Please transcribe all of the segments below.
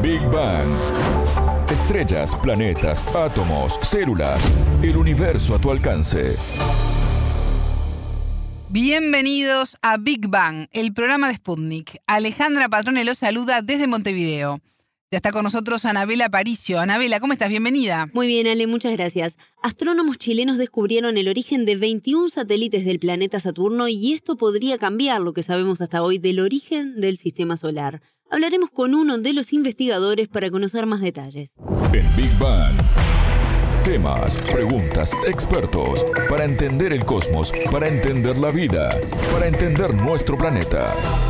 Big Bang. Estrellas, planetas, átomos, células, el universo a tu alcance. Bienvenidos a Big Bang, el programa de Sputnik. Alejandra Patrone los saluda desde Montevideo. Ya está con nosotros Anabela Aparicio. Anabela, ¿cómo estás? Bienvenida. Muy bien, Ale, muchas gracias. Astrónomos chilenos descubrieron el origen de 21 satélites del planeta Saturno y esto podría cambiar lo que sabemos hasta hoy del origen del sistema solar. Hablaremos con uno de los investigadores para conocer más detalles. En Big Bang. Temas, preguntas, expertos, para entender el cosmos, para entender la vida, para entender nuestro planeta.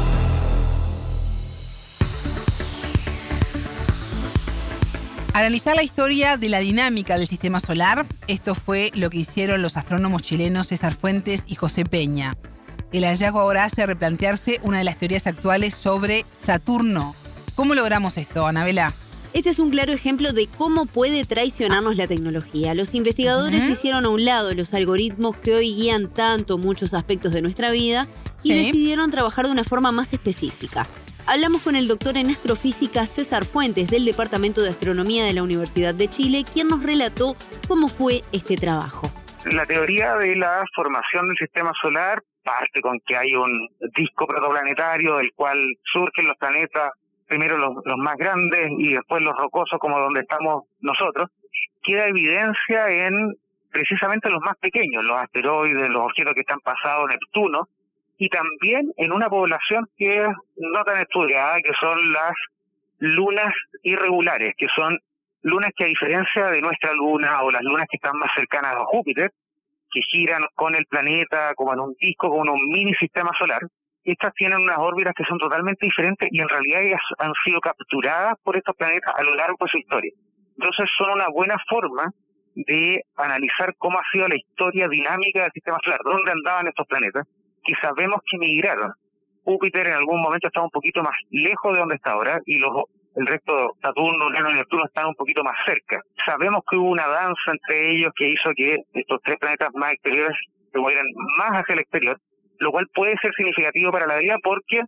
Analizar la historia de la dinámica del sistema solar, esto fue lo que hicieron los astrónomos chilenos César Fuentes y José Peña. El hallazgo ahora hace replantearse una de las teorías actuales sobre Saturno. ¿Cómo logramos esto, Anabela? Este es un claro ejemplo de cómo puede traicionarnos la tecnología. Los investigadores hicieron a un lado los algoritmos que hoy guían tanto muchos aspectos de nuestra vida y decidieron trabajar de una forma más específica. Hablamos con el doctor en astrofísica César Fuentes del Departamento de Astronomía de la Universidad de Chile, quien nos relató cómo fue este trabajo. La teoría de la formación del sistema solar parte con que hay un disco protoplanetario del cual surgen los planetas, primero los más grandes y después los rocosos como donde estamos nosotros. Queda evidencia en precisamente los más pequeños, los asteroides, los objetos que están pasados Neptuno, y también en una población que es no tan estudiada, que son las lunas irregulares, que son lunas que a diferencia de nuestra luna o las lunas que están más cercanas a Júpiter, que giran con el planeta como en un disco, como en un mini sistema solar, estas tienen unas órbitas que son totalmente diferentes y en realidad ellas han sido capturadas por estos planetas a lo largo de su historia. Entonces son una buena forma de analizar cómo ha sido la historia dinámica del sistema solar, dónde andaban estos planetas, que sabemos que migraron. Júpiter en algún momento estaba un poquito más lejos de donde está ahora y el resto, Saturno, Urano y Neptuno, están un poquito más cerca. Sabemos que hubo una danza entre ellos que hizo que estos tres planetas más exteriores se movieran más hacia el exterior, lo cual puede ser significativo para la vida porque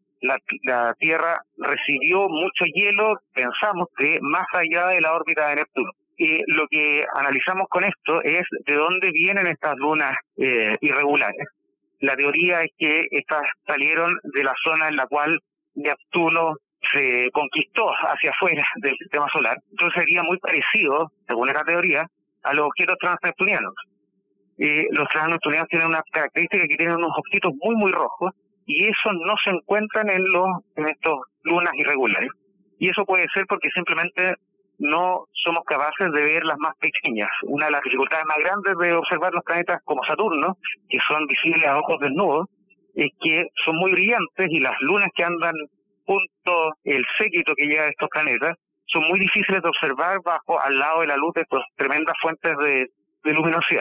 la Tierra recibió mucho hielo, pensamos, que más allá de la órbita de Neptuno. Lo que analizamos con esto es de dónde vienen estas lunas irregulares. La teoría es que estas salieron de la zona en la cual Neptuno se conquistó hacia afuera del sistema solar. Entonces sería muy parecido, según esta teoría, a los objetos transneptunianos. Los transneptunianos tienen una característica que tienen unos objetos muy, muy rojos, y esos no se encuentran en estos lunas irregulares. Y eso puede ser porque simplemente no somos capaces de ver las más pequeñas. Una de las dificultades más grandes de observar los planetas como Saturno, que son visibles a ojos desnudos, es que son muy brillantes y las lunas que andan junto el séquito que lleva a estos planetas son muy difíciles de observar al lado de la luz de estas tremendas fuentes de luminosidad.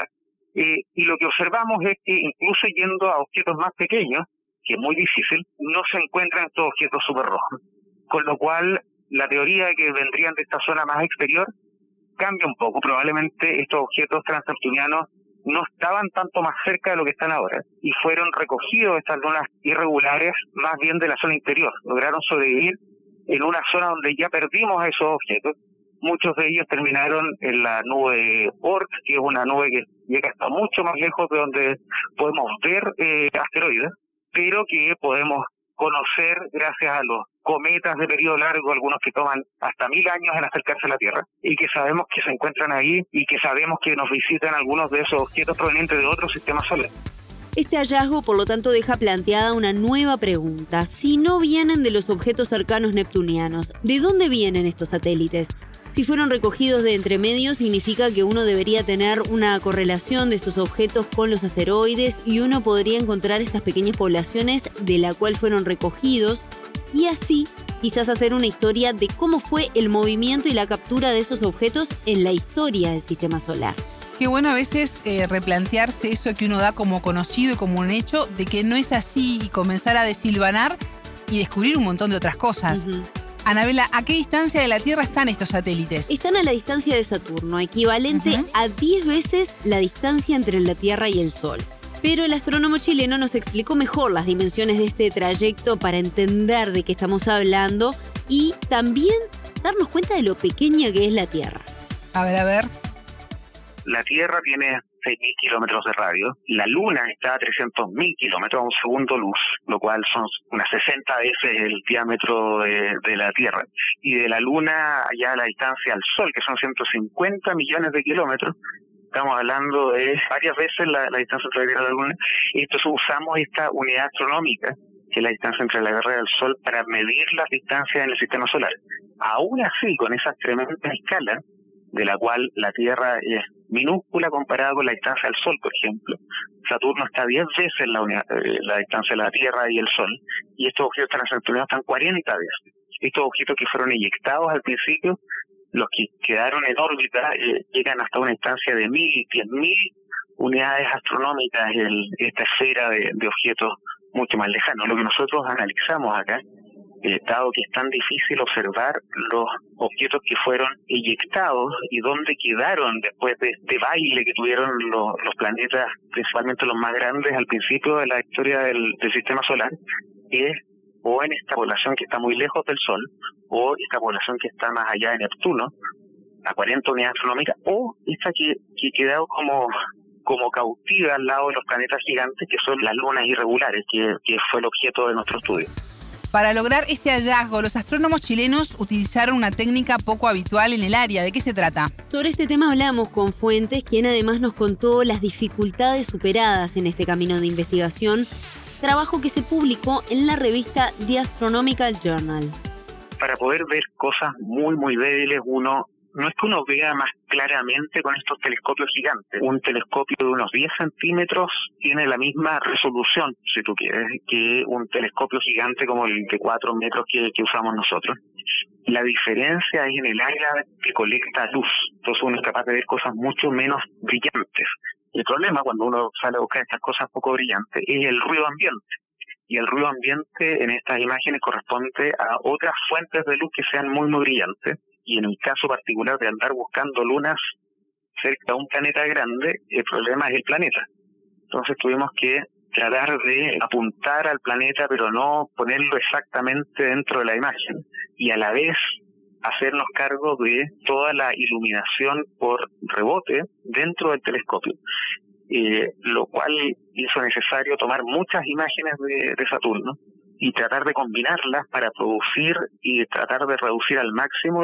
Y lo que observamos es que incluso yendo a objetos más pequeños, que es muy difícil, no se encuentran estos objetos superrojos. Con lo cual, la teoría de que vendrían de esta zona más exterior cambia un poco. Probablemente estos objetos transneptunianos no estaban tanto más cerca de lo que están ahora y fueron recogidos estas lunas irregulares más bien de la zona interior. Lograron sobrevivir en una zona donde ya perdimos a esos objetos. Muchos de ellos terminaron en la nube Oort, que es una nube que llega hasta mucho más lejos de donde podemos ver asteroides, pero que podemos conocer gracias a los cometas de periodo largo, algunos que toman hasta 1000 años en acercarse a la Tierra, y que sabemos que se encuentran ahí y que sabemos que nos visitan algunos de esos objetos provenientes de otros sistemas solares. Este hallazgo, por lo tanto, deja planteada una nueva pregunta. Si no vienen de los objetos cercanos neptunianos, ¿de dónde vienen estos satélites? Si fueron recogidos de entremedio, significa que uno debería tener una correlación de estos objetos con los asteroides y uno podría encontrar estas pequeñas poblaciones de la cual fueron recogidos y así quizás hacer una historia de cómo fue el movimiento y la captura de esos objetos en la historia del sistema solar. Qué bueno a veces replantearse eso que uno da como conocido y como un hecho, de que no es así y comenzar a desilvanar y descubrir un montón de otras cosas. Anabela, ¿a qué distancia de la Tierra están estos satélites? Están a la distancia de Saturno, equivalente a 10 veces la distancia entre la Tierra y el Sol. Pero el astrónomo chileno nos explicó mejor las dimensiones de este trayecto para entender de qué estamos hablando y también darnos cuenta de lo pequeña que es la Tierra. A ver. La Tierra tiene 6.000 kilómetros de radio, la Luna está a 300.000 kilómetros a un segundo luz, lo cual son unas 60 veces el diámetro de la Tierra. Y de la Luna allá la distancia al Sol, que son 150 millones de kilómetros, estamos hablando de varias veces la distancia entre la Tierra y la Luna. Y entonces usamos esta unidad astronómica, que es la distancia entre la Tierra y el Sol, para medir las distancias en el sistema solar. Aún así, con esa tremenda escala, de la cual la Tierra es minúscula comparada con la distancia al Sol, por ejemplo. Saturno está 10 veces la distancia de la Tierra y el Sol, y estos objetos transneptunianos están 40 veces. Estos objetos que fueron eyectados al principio, los que quedaron en órbita, llegan hasta una distancia de 1.000, 10.000 unidades astronómicas en esta esfera de objetos mucho más lejanos. Lo que nosotros analizamos acá, dado que es tan difícil observar los objetos que fueron eyectados y dónde quedaron después de este baile que tuvieron los planetas, principalmente los más grandes al principio de la historia del sistema solar, es o en esta población que está muy lejos del Sol, o esta población que está más allá de Neptuno, a 40 unidades astronómicas, o esta que quedó como cautiva al lado de los planetas gigantes, que son las lunas irregulares, que fue el objeto de nuestro estudio. Para lograr este hallazgo, los astrónomos chilenos utilizaron una técnica poco habitual en el área. ¿De qué se trata? Sobre este tema hablamos con Fuentes, quien además nos contó las dificultades superadas en este camino de investigación, trabajo que se publicó en la revista The Astronomical Journal. Para poder ver cosas muy, muy débiles, no es que uno vea más claramente con estos telescopios gigantes. Un telescopio de unos 10 centímetros tiene la misma resolución, si tú quieres, que un telescopio gigante como el de 4 metros que usamos nosotros. La diferencia es en el área que colecta luz. Entonces uno es capaz de ver cosas mucho menos brillantes. El problema cuando uno sale a buscar estas cosas poco brillantes es el ruido ambiente. Y el ruido ambiente en estas imágenes corresponde a otras fuentes de luz que sean muy, muy brillantes. Y en el caso particular de andar buscando lunas cerca de un planeta grande, el problema es el planeta. Entonces tuvimos que tratar de apuntar al planeta, pero no ponerlo exactamente dentro de la imagen. Y a la vez hacernos cargo de toda la iluminación por rebote dentro del telescopio. Lo cual hizo necesario tomar muchas imágenes de Saturno y tratar de combinarlas para producir y tratar de reducir al máximo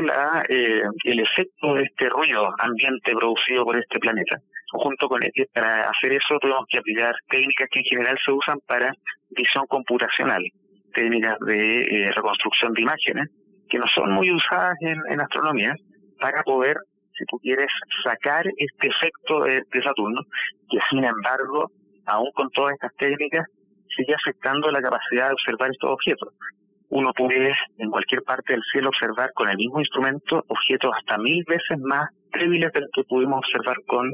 el efecto de este ruido ambiente producido por este planeta. Junto con para hacer eso tuvimos que aplicar técnicas que en general se usan para visión computacional, técnicas de reconstrucción de imágenes, que no son muy usadas en astronomía, para poder, si tú quieres, sacar este efecto de Saturno, que sin embargo, aún con todas estas técnicas, sigue afectando la capacidad de observar estos objetos. Uno puede en cualquier parte del cielo observar con el mismo instrumento objetos hasta 1000 veces más débiles del que pudimos observar con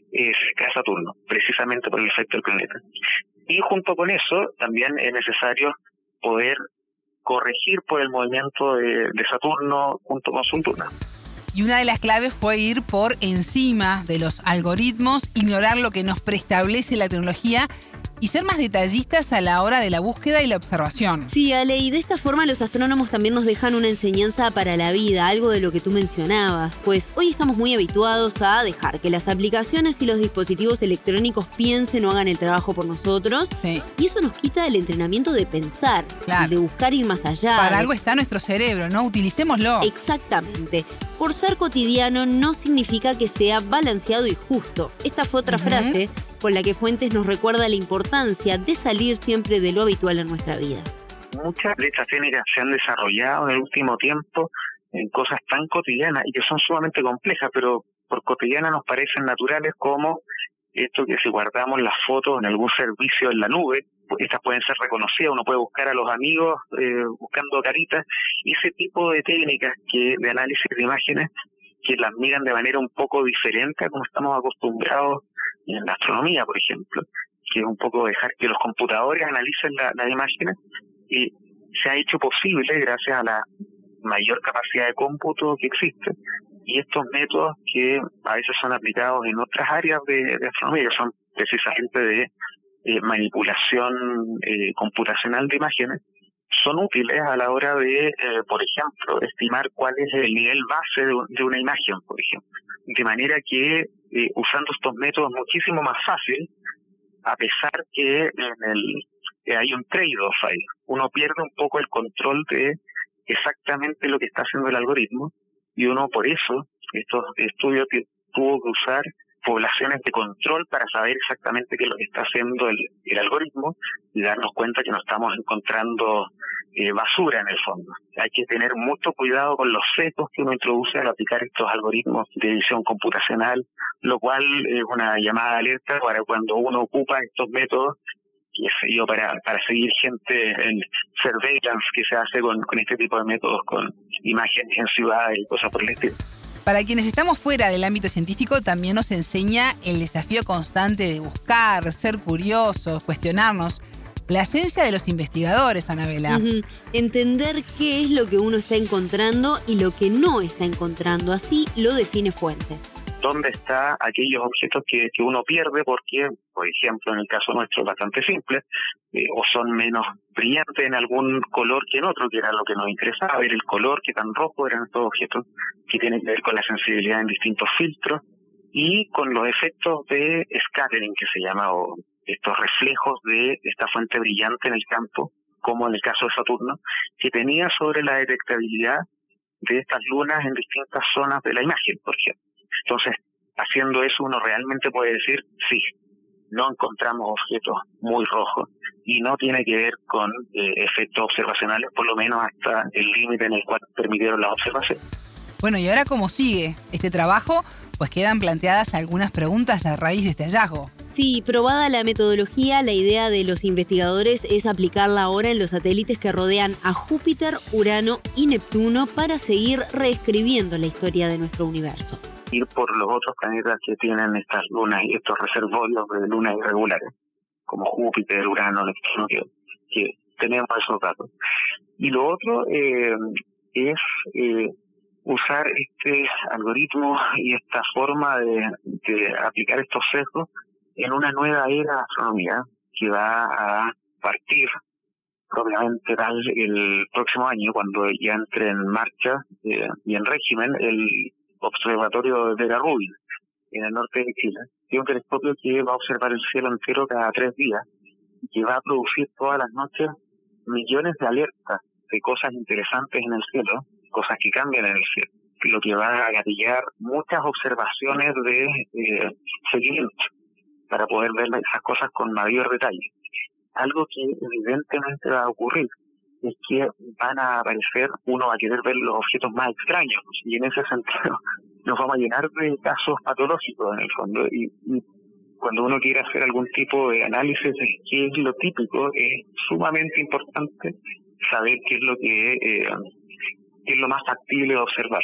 Saturno, precisamente por el efecto del planeta. Y junto con eso también es necesario poder corregir por el movimiento de Saturno junto con su luna. Y una de las claves fue ir por encima de los algoritmos, ignorar lo que nos preestablece la tecnología y ser más detallistas a la hora de la búsqueda y la observación. Sí, Ale, y de esta forma los astrónomos también nos dejan una enseñanza para la vida, algo de lo que tú mencionabas, pues hoy estamos muy habituados a dejar que las aplicaciones y los dispositivos electrónicos piensen o hagan el trabajo por nosotros, sí. Y eso nos quita el entrenamiento de pensar, claro, de buscar ir más allá. Para algo está nuestro cerebro, ¿no? Utilicémoslo. Exactamente. Por ser cotidiano no significa que sea balanceado y justo. Esta fue otra frase con la que Fuentes nos recuerda la importancia de salir siempre de lo habitual en nuestra vida. Muchas de estas técnicas se han desarrollado en el último tiempo en cosas tan cotidianas y que son sumamente complejas, pero por cotidianas nos parecen naturales, como esto que si guardamos las fotos en algún servicio en la nube, estas pueden ser reconocidas, uno puede buscar a los amigos buscando caritas, y ese tipo de técnicas de análisis de imágenes que las miran de manera un poco diferente a como estamos acostumbrados en la astronomía, por ejemplo, que es un poco dejar que los computadores analicen las imágenes, y se ha hecho posible gracias a la mayor capacidad de cómputo que existe, y estos métodos que a veces son aplicados en otras áreas de astronomía, que son precisamente de manipulación computacional de imágenes, son útiles a la hora de, por ejemplo, estimar cuál es el nivel base de una imagen, por ejemplo. De manera que usando estos métodos es muchísimo más fácil, a pesar que hay un trade-off ahí. Uno pierde un poco el control de exactamente lo que está haciendo el algoritmo, y uno por eso, estos estudios tuvo que usar poblaciones de control para saber exactamente qué es lo que está haciendo el algoritmo y darnos cuenta que no estamos encontrando basura en el fondo. Hay que tener mucho cuidado con los sesgos que uno introduce al aplicar estos algoritmos de visión computacional, lo cual es una llamada de alerta para cuando uno ocupa estos métodos, para seguir gente en surveillance que se hace con este tipo de métodos, con imágenes en ciudades y cosas por el estilo. Para quienes estamos fuera del ámbito científico, también nos enseña el desafío constante de buscar, ser curiosos, cuestionarnos. La esencia de los investigadores, Anabela. Entender qué es lo que uno está encontrando y lo que no está encontrando. Así lo define Fuentes. ¿Dónde están aquellos objetos que uno pierde porque, por ejemplo, en el caso nuestro es bastante simple, o son menos brillantes en algún color que en otro, que era lo que nos interesaba, ver el color, qué tan rojo eran estos objetos, que tienen que ver con la sensibilidad en distintos filtros y con los efectos de scattering, que se llama, o estos reflejos de esta fuente brillante en el campo, como en el caso de Saturno, que tenía sobre la detectabilidad de estas lunas en distintas zonas de la imagen, por ejemplo. Entonces, haciendo eso uno realmente puede decir, sí, no encontramos objetos muy rojos y no tiene que ver con efectos observacionales, por lo menos hasta el límite en el cual permitieron las observaciones. Bueno, ¿y ahora cómo sigue este trabajo? Pues quedan planteadas algunas preguntas a raíz de este hallazgo. Sí, probada la metodología, la idea de los investigadores es aplicarla ahora en los satélites que rodean a Júpiter, Urano y Neptuno para seguir reescribiendo la historia de nuestro universo. Ir por los otros planetas que tienen estas lunas y estos reservorios de lunas irregulares, como Júpiter, Urano, Neptuno, que tenemos esos datos. Y lo otro es usar este algoritmo y esta forma de aplicar estos sesgos en una nueva era de astronomía que va a partir propiamente tal el próximo año, cuando ya entre en marcha y en régimen el observatorio de Vera Rubin en el norte de Chile, que es un telescopio que va a observar el cielo entero cada 3 días y que va a producir todas las noches millones de alertas de cosas interesantes en el cielo, cosas que cambian en el cielo, lo que va a gatillar muchas observaciones de seguimiento para poder ver esas cosas con mayor detalle. Algo que evidentemente va a ocurrir es que van a aparecer, uno va a querer ver los objetos más extraños, y en ese sentido nos vamos a llenar de casos patológicos en el fondo, y cuando uno quiere hacer algún tipo de análisis de qué es lo típico, es sumamente importante saber qué es lo que qué es lo más factible de observar,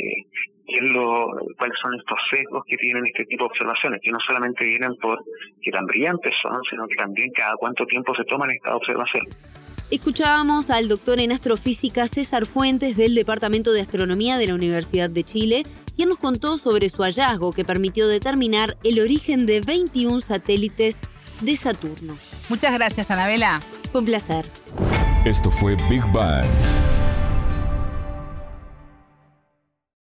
cuáles son estos sesgos que tienen este tipo de observaciones, que no solamente vienen por qué tan brillantes son, sino que también cada cuánto tiempo se toman estas observaciones. Escuchábamos al doctor en astrofísica César Fuentes del Departamento de Astronomía de la Universidad de Chile, quien nos contó sobre su hallazgo que permitió determinar el origen de 21 satélites de Saturno. Muchas gracias, Anabela. Fue un placer. Esto fue Big Bang.